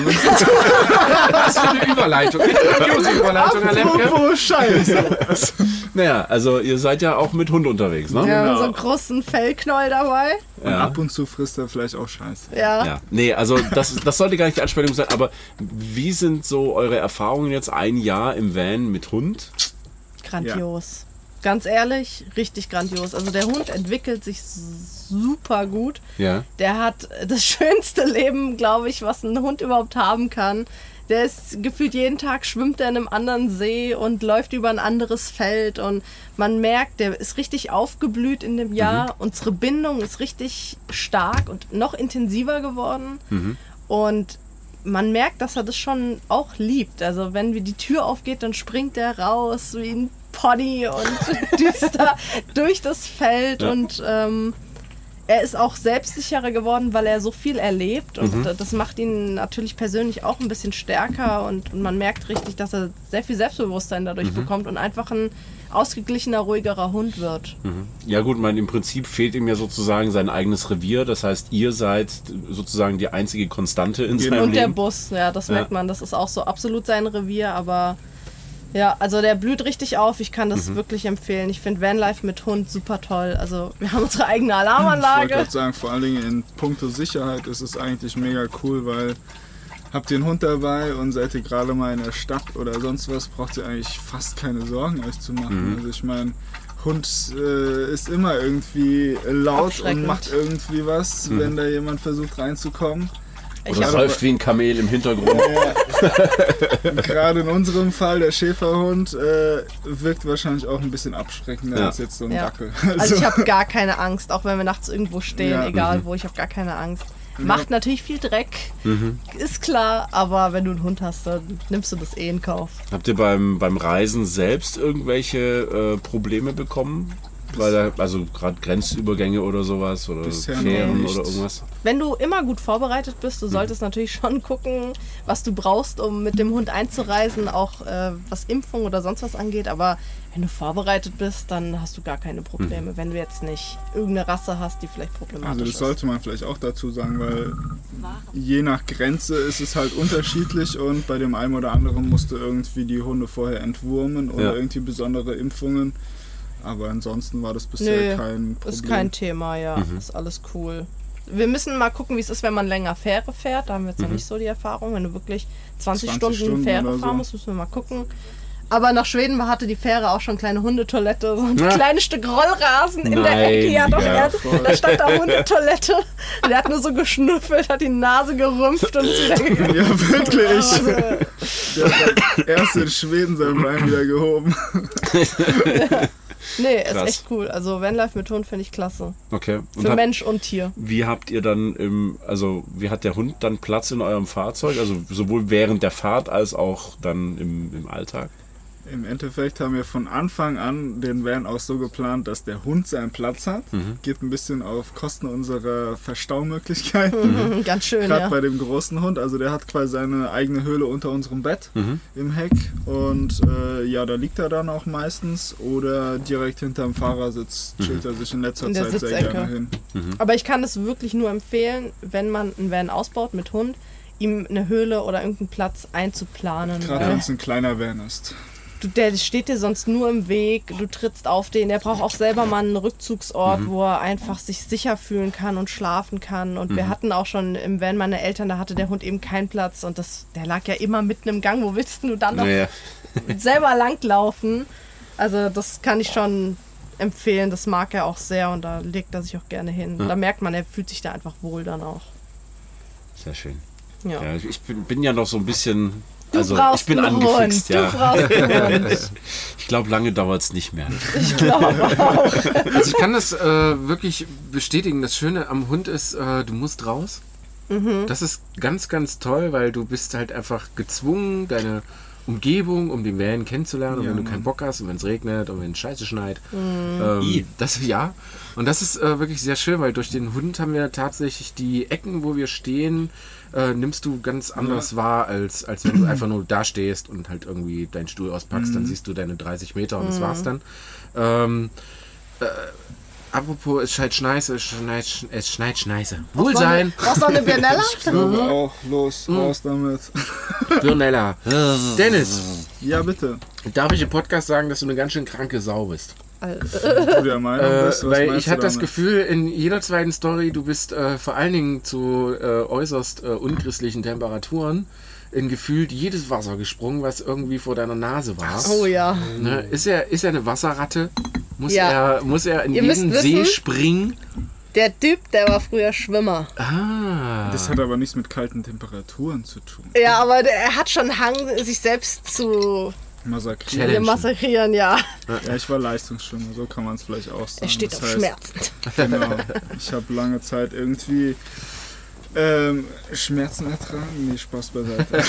Was für eine Überleitung. Grandiose Überleitung, Herr Lemke. Oh, Scheiße. Naja, also ihr seid ja auch mit Hund unterwegs, ne? Wir haben so einen großen Fellknäuel dabei. Und ab und zu frisst er vielleicht auch Scheiße. Ja. Ja, nee, also das sollte gar nicht die Anspielung sein, aber wie sind so eure Erfahrungen jetzt ein Jahr im Van mit Hund? Grandios. Ganz ehrlich, richtig grandios. Also der Hund entwickelt sich super gut. Ja. Der hat das schönste Leben, glaube ich, was ein Hund überhaupt haben kann. Der ist gefühlt jeden Tag schwimmt er in einem anderen See und läuft über ein anderes Feld und man merkt, der ist richtig aufgeblüht in dem Jahr. Unsere Bindung ist richtig stark und noch intensiver geworden. Und man merkt, dass er das schon auch liebt. Also wenn die Tür aufgeht, dann springt er raus wie ein Pony und düst da durch das Feld Ja. und er ist auch selbstsicherer geworden, weil er so viel erlebt und das macht ihn natürlich persönlich auch ein bisschen stärker und man merkt richtig, dass er sehr viel Selbstbewusstsein dadurch bekommt und einfach ein ausgeglichener, ruhigerer Hund wird. Ja gut, im Prinzip fehlt ihm ja sozusagen sein eigenes Revier. Das heißt, ihr seid sozusagen die einzige Konstante in seinem Und der Leben. Bus, ja, das Ja. merkt man, das ist auch so absolut sein Revier, aber ja, also der blüht richtig auf, ich kann das wirklich empfehlen. Ich finde Vanlife mit Hund super toll. Also wir haben unsere eigene Ich wollte Alarmanlage. gerade sagen, vor allen Dingen in puncto Sicherheit ist es eigentlich mega cool, weil habt ihr einen Hund dabei und seid ihr gerade mal in der Stadt oder sonst was, braucht ihr eigentlich fast keine Sorgen euch zu machen. Also ich meine, Hund ist immer irgendwie laut und Abschreckend. macht irgendwie was, wenn da jemand versucht reinzukommen. Ich Oder hab- säuft wie ein Kamel im Hintergrund. Gerade in unserem Fall, der Schäferhund, wirkt wahrscheinlich auch ein bisschen abschreckender Ja. als jetzt so ein Ja. Dackel. Also ich habe gar keine Angst, auch wenn wir nachts irgendwo stehen, Ja. egal wo, ich habe gar keine Angst. Macht natürlich viel Dreck, ist klar, aber wenn du einen Hund hast, dann nimmst du das eh in Kauf. Habt ihr beim Reisen selbst irgendwelche Probleme bekommen? Weil da, also gerade Grenzübergänge oder sowas oder Bisher Fähren noch oder nicht. irgendwas? Wenn du immer gut vorbereitet bist, du solltest natürlich schon gucken, was du brauchst, um mit dem Hund einzureisen, auch was Impfung oder sonst was angeht. Aber wenn du vorbereitet bist, dann hast du gar keine Probleme. Wenn du jetzt nicht irgendeine Rasse hast, die vielleicht problematisch Also das ist. sollte man vielleicht auch dazu sagen, weil je nach Grenze ist es halt unterschiedlich und bei dem einen oder anderen musst du irgendwie die Hunde vorher entwurmen oder Ja. irgendwie besondere Impfungen. Aber ansonsten war das bisher Nö, kein Problem. ist kein Thema, ja. Ist alles cool. Wir müssen mal gucken, wie es ist, wenn man länger Fähre fährt. Da haben wir jetzt noch nicht so die Erfahrung. Wenn du wirklich 20 Stunden Fähre oder fahren so. musst, müssen wir mal gucken. Aber nach Schweden hatte die Fähre auch schon kleine Hundetoilette, so ein kleines Stück Rollrasen in der Ecke. Ja, doch, da stand da Hundetoilette. Und der hat nur so geschnüffelt, hat die Nase gerümpft und ist wieder gegangen. Ja, wirklich. Der hat erst in Schweden sein Bein wieder gehoben. Nee, ist echt cool. Also Vanlife mit Hund finde ich klasse. Okay. Und Für Mensch und Tier. wie habt ihr dann wie hat der Hund dann Platz in eurem Fahrzeug? Also sowohl während der Fahrt als auch dann im Alltag? Im Endeffekt haben wir von Anfang an den Van auch so geplant, dass der Hund seinen Platz hat. Geht ein bisschen auf Kosten unserer Verstaumöglichkeiten. Ganz schön, Gerade bei dem großen Hund. Also der hat quasi seine eigene Höhle unter unserem Bett im Heck. Und da liegt er dann auch meistens. Oder direkt hinterm Fahrersitz chillt er sich in letzter Zeit sehr gerne hin. Aber ich kann es wirklich nur empfehlen, wenn man einen Van ausbaut mit Hund, ihm eine Höhle oder irgendeinen Platz einzuplanen. Gerade wenn es ein kleiner Van ist. Der steht dir sonst nur im Weg, du trittst auf den, der braucht auch selber mal einen Rückzugsort, wo er einfach sich sicher fühlen kann und schlafen kann. Und wir hatten auch schon im Van meiner Eltern, da hatte der Hund eben keinen Platz und der lag ja immer mitten im Gang. Wo willst du dann noch selber langlaufen? Also das kann ich schon empfehlen, das mag er auch sehr und da legt er sich auch gerne hin. Da merkt man, er fühlt sich da einfach wohl dann auch. Sehr schön. Ja. Ja, ich bin ja noch so ein bisschen... Ich bin angefixt, Hund. Du brauchst einen Hund. Ich glaube, lange dauert es nicht mehr. Ich glaube auch. Also ich kann das wirklich bestätigen. Das Schöne am Hund ist, du musst raus. Das ist ganz, ganz toll, weil du bist halt einfach gezwungen, deine Umgebung, um den Van kennenzulernen. Und wenn du keinen Bock hast und wenn es regnet und wenn es scheiße schneit. Und das ist wirklich sehr schön, weil durch den Hund haben wir tatsächlich die Ecken, wo wir stehen, nimmst du ganz anders wahr, als wenn du einfach nur da stehst und halt irgendwie deinen Stuhl auspackst, dann siehst du deine 30 Meter und das war's dann. Apropos, es schneit Schneise. Wohlsein! Brauchst du noch eine Birnella? Ich glaube auch. Los, raus damit. Birnella. Dennis, Ja, bitte. darf ich im Podcast sagen, dass du eine ganz schön kranke Sau bist? Du der Meinung bist, was Weil meinst ich du hatte das damit? Gefühl, in jeder zweiten Story, du bist vor allen Dingen zu äußerst unchristlichen Temperaturen in gefühlt jedes Wasser gesprungen, was irgendwie vor deiner Nase war. Oh ja. Ne? Ist er eine Wasserratte? Muss Ja. er in Ihr jeden müsst See wissen- springen? Der Typ, der war früher Schwimmer. Das hat aber nichts mit kalten Temperaturen zu tun. Ja, aber er hat schon Hang, sich selbst zu Massakrieren. Challenge. massakrieren, ja. Ja, ich war Leistungsschwimmer, so kann man es vielleicht auch sagen. Er steht Das auf heißt, Schmerzen. Genau. Ich habe lange Zeit irgendwie Schmerzen ertragen. Nee, Spaß beiseite.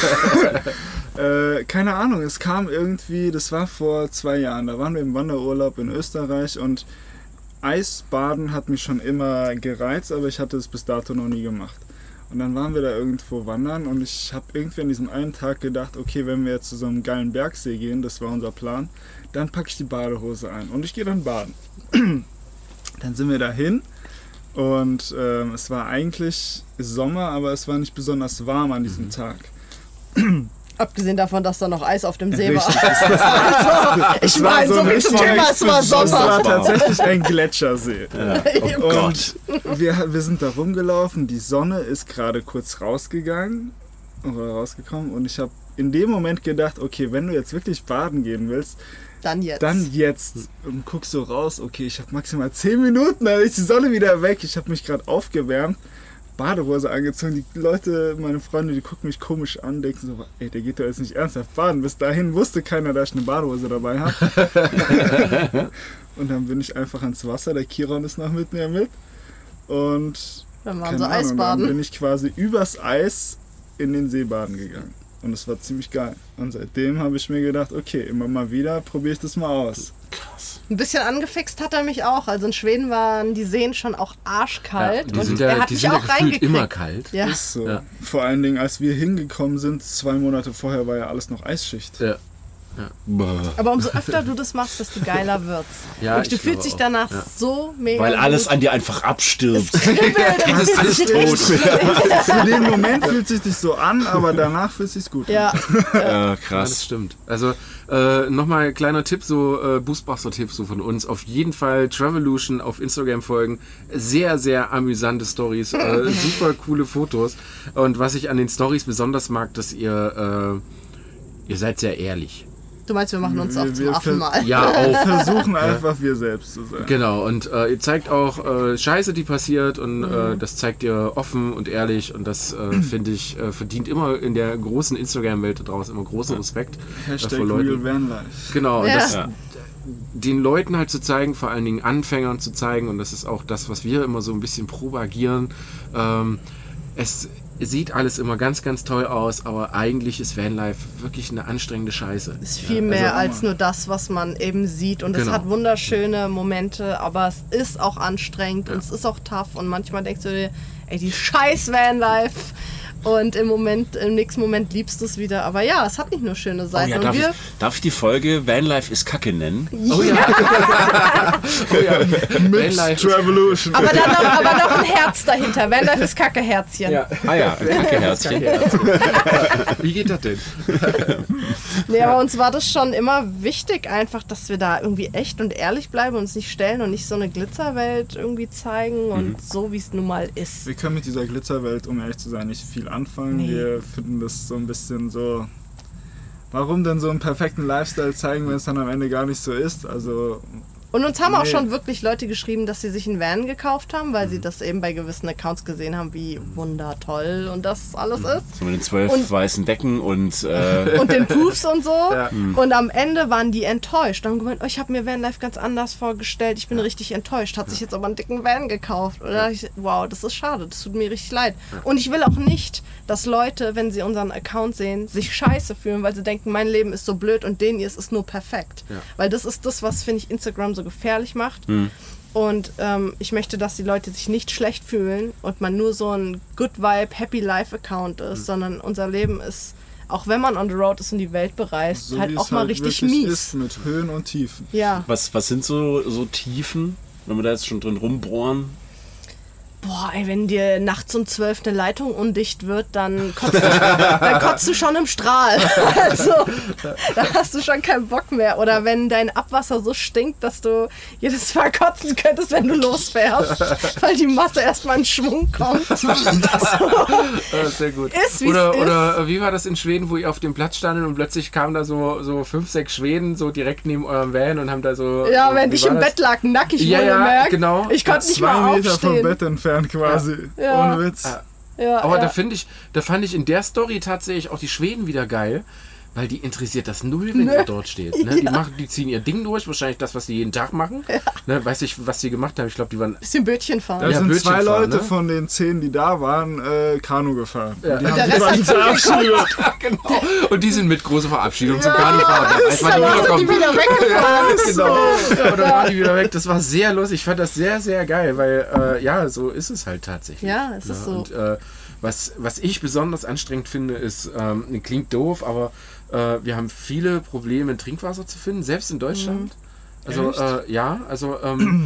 Keine Ahnung, es kam irgendwie, das war vor 2 Jahren, da waren wir im Wanderurlaub in Österreich und Eisbaden hat mich schon immer gereizt, aber ich hatte es bis dato noch nie gemacht. Und dann waren wir da irgendwo wandern und ich habe irgendwie an diesem einen Tag gedacht, okay, wenn wir jetzt zu so einem geilen Bergsee gehen, das war unser Plan, dann packe ich die Badehose ein und ich gehe dann baden. Dann sind wir dahin und es war eigentlich Sommer, aber es war nicht besonders warm an diesem Tag. Abgesehen davon, dass da noch Eis auf dem See Richtig, war. Ich meine, so viel zum Thema, es war Das war Sommer. tatsächlich ein Gletschersee. Oh Gott. Und wir sind da rumgelaufen, die Sonne ist gerade kurz rausgegangen oder rausgekommen und ich habe in dem Moment gedacht, okay, wenn du jetzt wirklich baden gehen willst, Dann jetzt. dann jetzt. Und guck so raus, okay, ich habe maximal 10 Minuten, dann ist die Sonne wieder weg. Ich habe mich gerade aufgewärmt, Badehose angezogen. Die Leute, meine Freunde, die gucken mich komisch an, denken so, ey, der geht doch jetzt nicht ernsthaft baden. Bis dahin wusste keiner, dass ich eine Badehose dabei habe. Und dann bin ich einfach ans Wasser, der Kiron ist noch mit mir mit. Und Dann waren keine so Ahnung, dann Eisbaden. bin ich quasi übers Eis in den See baden gegangen. Und es war ziemlich geil. Und seitdem habe ich mir gedacht, okay, immer mal wieder probiere ich das mal aus. Ein bisschen angefixt hat er mich auch. Also in Schweden waren die Seen schon auch arschkalt. die und sind er ja, hat die mich sind ja auch gefühlt reingekriegt. immer kalt. Ja. Ist so. Ja. Vor allen Dingen, als wir hingekommen sind, 2 Monate vorher war ja alles noch Eisschicht. Ja. Aber umso öfter du das machst, desto geiler wird's. Ja, und du ich fühlst dich glaube auch. danach Ja. so mega Weil alles gut. an dir einfach abstirbt. Das ist alles tot. Für den Moment fühlt sich nicht so an, aber danach fühlt sich gut an. Ja, Ja, das Krass. stimmt. Also nochmal kleiner Tipp, so Boostbuster-Tipp so von uns. Auf jeden Fall Travolution auf Instagram folgen. Sehr, sehr amüsante Stories, super coole Fotos. Und was ich an den Stories besonders mag, dass ihr seid sehr ehrlich. Du meinst, wir machen uns auch zum wir Affen mal. Ja, auch. versuchen einfach wir selbst zu sein. Genau, und ihr zeigt auch Scheiße, die passiert und das zeigt ihr offen und ehrlich und das, finde ich, verdient immer in der großen Instagram-Welt da draußen immer großen Respekt Hashtag vor Leuten. Real Vanlife. Genau, Ja. das, den Leuten halt zu zeigen, vor allen Dingen Anfängern zu zeigen und das ist auch das, was wir immer so ein bisschen propagieren. Es sieht alles immer ganz, ganz toll aus, aber eigentlich ist Vanlife wirklich eine anstrengende Scheiße. Ist viel mehr also, als nur das, was man eben sieht. Und es Genau. hat wunderschöne Momente, aber es ist auch anstrengend und es ist auch tough. Und manchmal denkst du dir, ey, die scheiß Vanlife. Und im nächsten Moment liebst du es wieder. Aber ja, es hat nicht nur schöne Oh Seiten. ja, und darf ich die Folge Vanlife ist Kacke nennen? Oh ja. Mit Vanlife. Travolution. aber dann aber noch ein Herz dahinter. Vanlife ist Kacke-Herzchen. Ja. Ah ja, ein Kacke-Herzchen. Wie geht das denn? Nee, aber uns war das schon immer wichtig, einfach, dass wir da irgendwie echt und ehrlich bleiben und uns nicht stellen und nicht so eine Glitzerwelt irgendwie zeigen und so, wie es nun mal ist. Wir können mit dieser Glitzerwelt, um ehrlich zu sein, nicht viel anfangen. Nee. Wir finden das so ein bisschen so... Warum denn so einen perfekten Lifestyle zeigen, wenn es dann am Ende gar nicht so ist? Also... Und uns haben auch Nee. schon wirklich Leute geschrieben, dass sie sich einen Van gekauft haben, weil sie das eben bei gewissen Accounts gesehen haben, wie wundertoll und das alles ist. So mit den 12 Und- weißen Decken und Und den Proofs und so. Ja. Und am Ende waren die enttäuscht. Und haben gemeint, oh, ich habe mir Vanlife ganz anders vorgestellt. Ich bin richtig enttäuscht. Hat sich jetzt aber einen dicken Van gekauft. Oder wow, das ist schade. Das tut mir richtig leid. Und ich will auch nicht, dass Leute, wenn sie unseren Account sehen, sich scheiße fühlen, weil sie denken, mein Leben ist so blöd und denen ist nur perfekt. Ja. Weil das ist das, was, finde ich, Instagram so gefährlich macht. Und ich möchte, dass die Leute sich nicht schlecht fühlen und man nur so ein Good Vibe, Happy Life Account ist, sondern unser Leben ist, auch wenn man on the road ist und die Welt bereist, So halt wie auch es mal halt richtig wirklich mies. ist, mit Höhen und Tiefen. Ja. was sind so Tiefen, wenn wir da jetzt schon drin rumbohren? Boah, ey, wenn dir nachts um 12 eine Leitung undicht wird, dann kotzt du schon im Strahl. Also, da hast du schon keinen Bock mehr. Oder wenn dein Abwasser so stinkt, dass du jedes Mal kotzen könntest, wenn du losfährst, weil die Masse erstmal in Schwung kommt. Sehr gut. Ist, wie's Oder wie war das in Schweden, wo ihr auf dem Platz standet und plötzlich kamen da so 5, 6 Schweden so direkt neben eurem Van und haben da so... Ja, so, wenn wie ich war im das? Bett lag, nackig Ja, wurde ja, merkt. genau. Ich konnte nicht 2 mal Meter vom aufstehen. Bett entfernt quasi. Ja. Ohne Witz. Ja, Aber ja. da fand ich in der Story tatsächlich auch die Schweden wieder geil, weil die interessiert das null, wenn ihr dort steht. Ne? Die ziehen ihr Ding durch, wahrscheinlich das, was die jeden Tag machen. Ne? Weiß ich, was die gemacht haben. Ich glaube, die waren... Bisschen Bötchen fahren. Da Ja, sind Bötchen 2 fahren, Leute ne? von den 10, die da waren, Kanu gefahren. Ja. Die der haben sich Rest quasi hat verabschiedet. genau. Und die sind mit großer Verabschiedung zum Carnival. Da weiß man, Dann die sind die wiederkommen. wieder weggefahren. Genau. Ja, und dann waren die wieder weg. Das war sehr lustig. Ich fand das sehr, sehr geil, weil ja, so ist es halt tatsächlich. Ja, es ist so. Und was ich besonders anstrengend finde, ist, klingt doof, aber wir haben viele Probleme, Trinkwasser zu finden, selbst in Deutschland. Also ja, also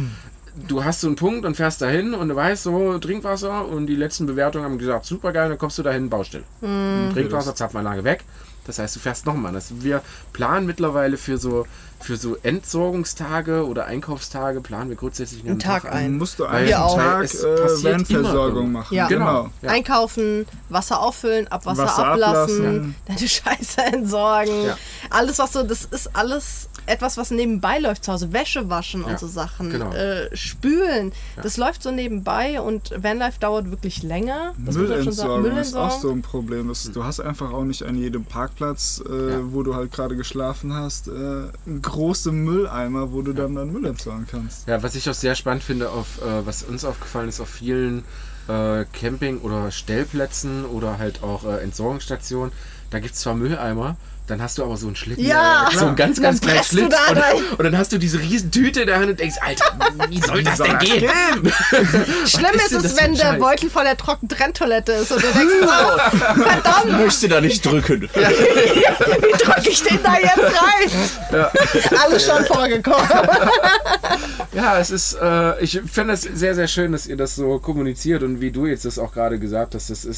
du hast so einen Punkt und fährst dahin und du weißt so, Trinkwasser und die letzten Bewertungen haben gesagt, super geil, dann kommst du dahin, Baustelle. Trinkwasser, Zapfanlage weg. Das heißt, du fährst nochmal. Wir planen mittlerweile für so Entsorgungstage oder Einkaufstage, planen wir grundsätzlich einen Tag ein. Dann musst du Weil einen wir auch. Tag Es passiert Vanversorgung immer. machen. Ja. Genau. Ja. Einkaufen, Wasser auffüllen, Abwasser Wasser ablassen, ablassen. deine Scheiße entsorgen. Ja. Alles, was so, das ist alles etwas, was nebenbei läuft zu Hause. Wäsche waschen und Ja, so Sachen. genau. Spülen. Das läuft so nebenbei und Vanlife dauert wirklich länger. Das muss man schon sagen. Müllentsorgung ist auch so ein Problem. Du hast einfach auch nicht an jedem Parkplatz, wo du halt gerade geschlafen hast, große Mülleimer, wo du dann Müll entsorgen kannst. Ja, was ich auch sehr spannend finde, was uns aufgefallen ist, auf vielen Camping- oder Stellplätzen oder halt auch Entsorgungsstationen, da gibt es zwar Mülleimer, dann hast du aber so einen Schlitten, Ja, so einen ganz, dann ganz kleinen presst du Schlitz da rein. und dann hast du diese riesen Tüte in der Hand und denkst, Alter, wie soll das denn gehen? Schlimm ist ist denn das es, für ein wenn der Scheiß? Beutel von der Trockentrenntoilette ist und du denkst, oh, verdammt, Ich möchte da nicht drücken. wie drücke ich den da jetzt rein? Alles schon vorgekommen. Ja, es ist, ich finde es sehr, sehr schön, dass ihr das so kommuniziert und wie du jetzt das auch gerade gesagt hast, das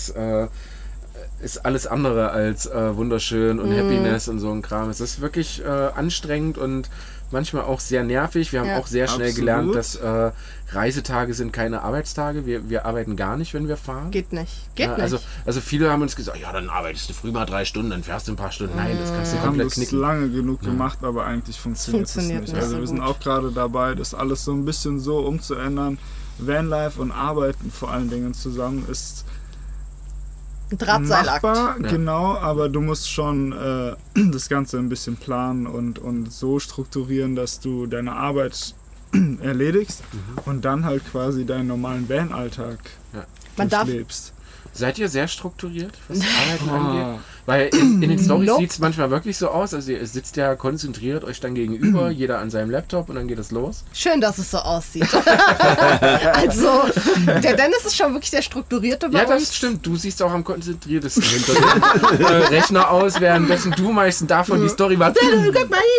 ist alles andere als wunderschön und Happiness und so ein Kram. Es ist wirklich anstrengend und manchmal auch sehr nervig. Wir haben auch sehr schnell gelernt, dass Reisetage sind keine Arbeitstage. Wir arbeiten gar nicht, wenn wir fahren. Geht nicht. Also viele haben uns gesagt, ja, dann arbeitest du früh mal 3 Stunden, dann fährst du ein paar Stunden. Nein, das kannst du Wir haben komplett das knicken. lange genug gemacht, aber eigentlich funktioniert es nicht. Also wir sind auch gerade dabei, das alles so ein bisschen so umzuändern. Vanlife und Arbeiten vor allen Dingen zusammen ist Drahtseilakt. machbar, genau, aber du musst schon das Ganze ein bisschen planen und so strukturieren, dass du deine Arbeit erledigst und dann halt quasi deinen normalen Van-Alltag lebst. Seid ihr sehr strukturiert, was Arbeiten angeht? Weil in den Storys sieht es manchmal wirklich so aus, also ihr sitzt ja konzentriert euch dann gegenüber, jeder an seinem Laptop und dann geht es los. Schön, dass es so aussieht. Also, der Dennis ist schon wirklich der Strukturierte bei uns. Ja, das stimmt. Du siehst auch am konzentriertesten hinter dem Rechner aus, währenddessen du meistens davon die Story machst. Guck mal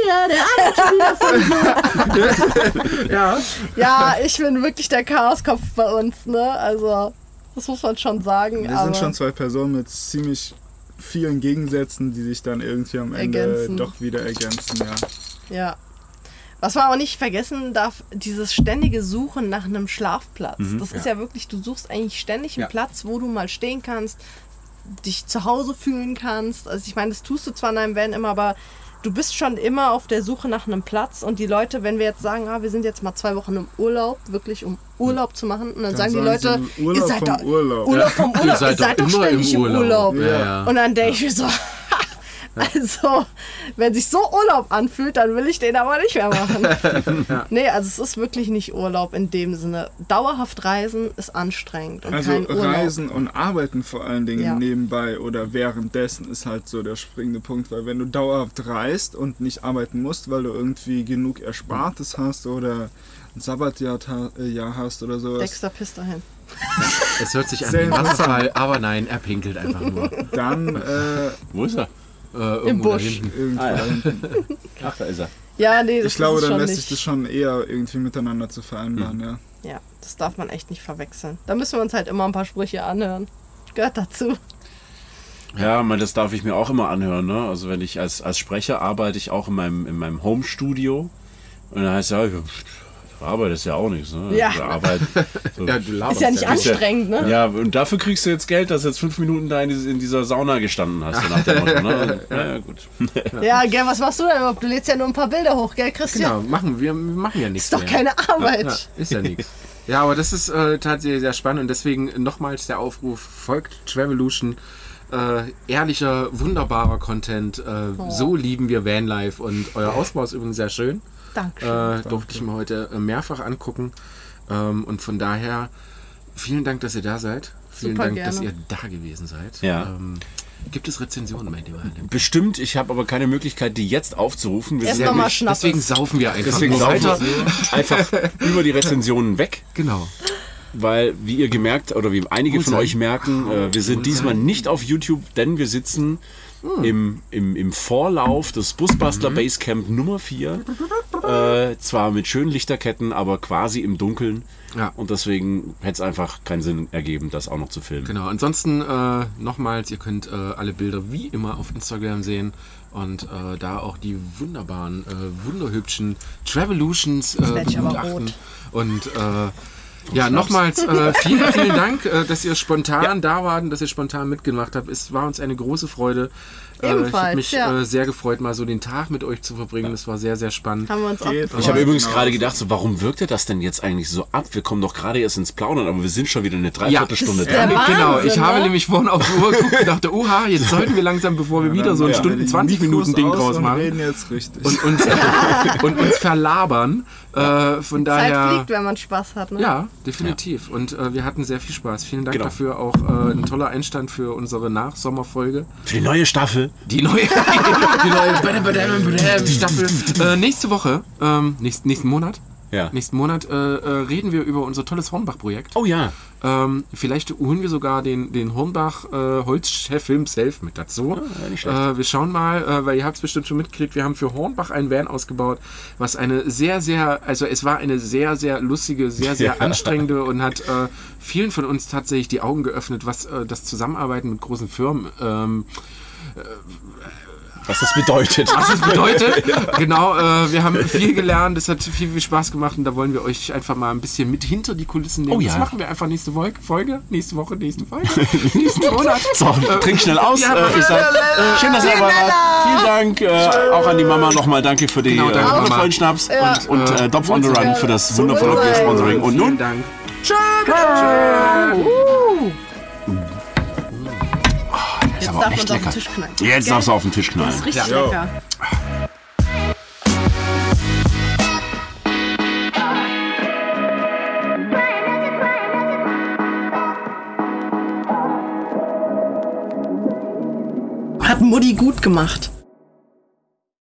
hier, der Ja, ich bin wirklich der Chaoskopf bei uns, ne? Also, das muss man schon sagen. Wir sind schon 2 Personen mit ziemlich vielen Gegensätzen, die sich dann irgendwie am Ende doch wieder ergänzen, Ja. Was man auch nicht vergessen darf, dieses ständige Suchen nach einem Schlafplatz. Das ist ja wirklich, du suchst eigentlich ständig einen Platz, wo du mal stehen kannst, dich zu Hause fühlen kannst. Also ich meine, das tust du zwar in deinem Van immer, aber du bist schon immer auf der Suche nach einem Platz und die Leute, wenn wir jetzt sagen, wir sind jetzt mal 2 Wochen im Urlaub, wirklich um Urlaub zu machen, und dann sagen die Leute, ihr seid doch Urlaub vom Urlaub, ihr seid doch ständig im Urlaub. Ja. Und dann denke ich mir so, also, wenn sich so Urlaub anfühlt, dann will ich den aber nicht mehr machen. Nee, also es ist wirklich nicht Urlaub in dem Sinne. Dauerhaft reisen ist anstrengend und also kein Urlaub. Reisen und Arbeiten vor allen Dingen nebenbei oder währenddessen ist halt so der springende Punkt, weil wenn du dauerhaft reist und nicht arbeiten musst, weil du irgendwie genug Erspartes hast oder ein Sabbatjahr hast oder sowas. Dexter pisst dahin. Es hört sich an wie ein Wasserfall, aber nein, er pinkelt einfach nur. Dann, wo ist er? Im Busch. Ach, da ist er. Ja, nee, das ich glaube, ist dann schon lässt nicht. sich das schon eher irgendwie miteinander zu vereinbaren, Ja, das darf man echt nicht verwechseln. Da müssen wir uns halt immer ein paar Sprüche anhören. Gehört dazu. Ja, das darf ich mir auch immer anhören. Ne? Also wenn ich als Sprecher arbeite, ich auch in meinem Home-Studio. Und dann heißt ja, Arbeit ist ja auch nichts. Ne? Ja. Arbeit, so. Ja, du laberst Ist ja nicht anstrengend, ne? Ja, und dafür kriegst du jetzt Geld, dass du jetzt 5 Minuten da in dieser Sauna gestanden hast. So nach dem Motto, ne? Ja, gut. Ja, gell, was machst du denn überhaupt? Du lädst ja nur ein paar Bilder hoch, gell, Christian? Genau, wir machen ja nichts Ist doch mehr. keine Arbeit. Ja, ist ja nichts. Ja, aber das ist tatsächlich sehr spannend und deswegen nochmals der Aufruf, folgt Travolution. Ehrlicher, wunderbarer Content. So lieben wir Vanlife und euer Ausbau ist übrigens sehr schön. Dankeschön. Durfte ich mir heute mehrfach angucken. Und von daher vielen Dank, dass ihr da seid. Vielen Super Dank, gerne. dass ihr da gewesen seid. Ja. Gibt es Rezensionen, mein lieber Herr? Bestimmt, ich habe aber keine Möglichkeit, die jetzt aufzurufen. Wir Erst sind noch mal nämlich- Schnappes. Deswegen saufen wir einfach. Deswegen nur saufen weiter. wir einfach über die Rezensionen weg. Genau. Weil, wie ihr gemerkt, oder wie einige von Grüße. euch merken, wir sind diesmal nicht auf YouTube, denn wir sitzen im Vorlauf des Busbastler Basecamp Nummer 4. Zwar mit schönen Lichterketten, aber quasi im Dunkeln. Ja. Und deswegen hätte es einfach keinen Sinn ergeben, das auch noch zu filmen. Genau, ansonsten nochmals, ihr könnt alle Bilder wie immer auf Instagram sehen und da auch die wunderbaren, wunderhübschen Travolutions werd ich aber begutachten. rot. Und ja, nochmals vielen, vielen Dank, dass ihr spontan da wart und dass ihr spontan mitgemacht habt. Es war uns eine große Freude. Ich habe Ebenfalls, mich ja. Sehr gefreut, mal so den Tag mit euch zu verbringen. Das war sehr, sehr spannend. Haben wir uns auch Geht. gefreut. Ich habe übrigens Genau. gerade gedacht, so, warum wirkt das denn jetzt eigentlich so ab? Wir kommen doch gerade erst ins Plaudern, aber wir sind schon wieder eine Dreiviertelstunde das ist der da. Wahnsinn, Genau, ich habe ne? nämlich vorhin auf die Uhr geguckt und dachte, oha, jetzt sollten wir langsam, bevor wir wieder so ein Stunden 20 Minuten Ding draus und machen reden jetzt richtig. und uns verlabern. Von Zeit daher. fliegt, wenn man Spaß hat, ne? Ja, definitiv. Und wir hatten sehr viel Spaß. Vielen Dank Genau. dafür. Auch ein toller Einstand für unsere Nachsommerfolge. Für die neue Staffel. Die neue Staffel. Nächste Woche, nächsten Monat, Ja. reden wir über unser tolles Hornbach-Projekt. Oh ja. Vielleicht holen wir sogar den Hornbach Holzchef himself mit dazu. Ja, nicht schlecht. Wir schauen mal, weil ihr habt es bestimmt schon mitgekriegt, wir haben für Hornbach einen Van ausgebaut, was es war eine sehr, sehr lustige, sehr, sehr anstrengende und hat vielen von uns tatsächlich die Augen geöffnet, was das Zusammenarbeiten mit großen Firmen Was das bedeutet. Was das bedeutet. Genau, wir haben viel gelernt, es hat viel Spaß gemacht und da wollen wir euch einfach mal ein bisschen mit hinter die Kulissen nehmen. Oh ja. Das machen wir einfach nächste Folge, nächste Woche, nächsten Monat. So, trink schnell aus. Ja, Ich sag, schön, dass ihr dabei wart. Vielen Dank auch an die Mama nochmal. Danke für die Genau, danke, wundervollen Mama. Schnaps Ja. und Dopf on the Run für das wundervolle Bier-Sponsoring. Und Vielen nun Dank. ist Jetzt aber darf echt man auf lecker. den Tisch knallen. Jetzt darfst du auf den Tisch Das knallen. ist richtig Ja. lecker. Hat Mutti gut gemacht.